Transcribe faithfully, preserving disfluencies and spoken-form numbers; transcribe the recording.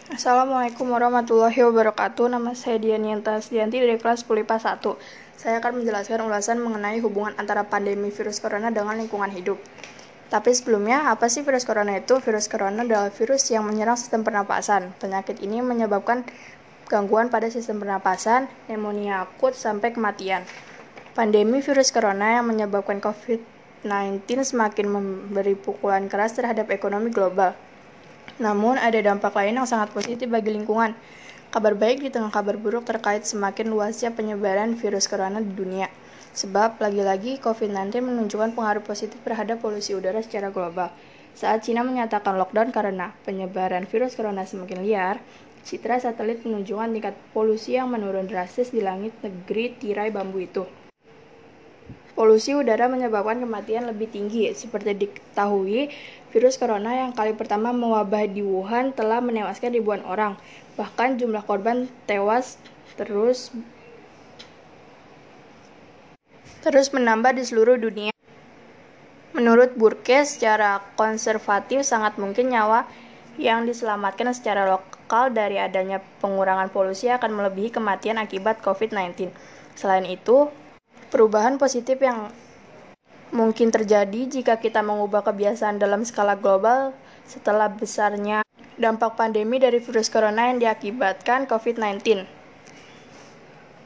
Assalamualaikum warahmatullahi wabarakatuh. Nama saya Dianianta Sdianti dari kelas sepuluh I P A satu. Saya akan menjelaskan ulasan mengenai hubungan antara pandemi virus corona dengan lingkungan hidup. Tapi sebelumnya, apa sih virus corona itu? Virus corona adalah virus yang menyerang sistem pernapasan. Penyakit ini menyebabkan gangguan pada sistem pernapasan, pneumonia akut, sampai kematian. Pandemi virus corona yang menyebabkan covid sembilan belas semakin memberi pukulan keras terhadap ekonomi global. Namun, ada dampak lain yang sangat positif bagi lingkungan. Kabar baik di tengah kabar buruk terkait semakin luasnya penyebaran virus corona di dunia. Sebab, lagi-lagi covid sembilan belas menunjukkan pengaruh positif terhadap polusi udara secara global. Saat Cina menyatakan lockdown karena penyebaran virus corona semakin liar, citra satelit menunjukkan tingkat polusi yang menurun drastis di langit negeri tirai bambu itu. Polusi udara menyebabkan kematian lebih tinggi. Seperti diketahui, virus corona yang kali pertama mewabah di Wuhan telah menewaskan ribuan orang. Bahkan jumlah korban tewas terus terus menambah di seluruh dunia. Menurut Burke, secara konservatif sangat mungkin nyawa yang diselamatkan secara lokal dari adanya pengurangan polusi akan melebihi kematian akibat covid sembilan belas. Selain itu, perubahan positif yang mungkin terjadi jika kita mengubah kebiasaan dalam skala global setelah besarnya dampak pandemi dari virus corona yang diakibatkan covid sembilan belas.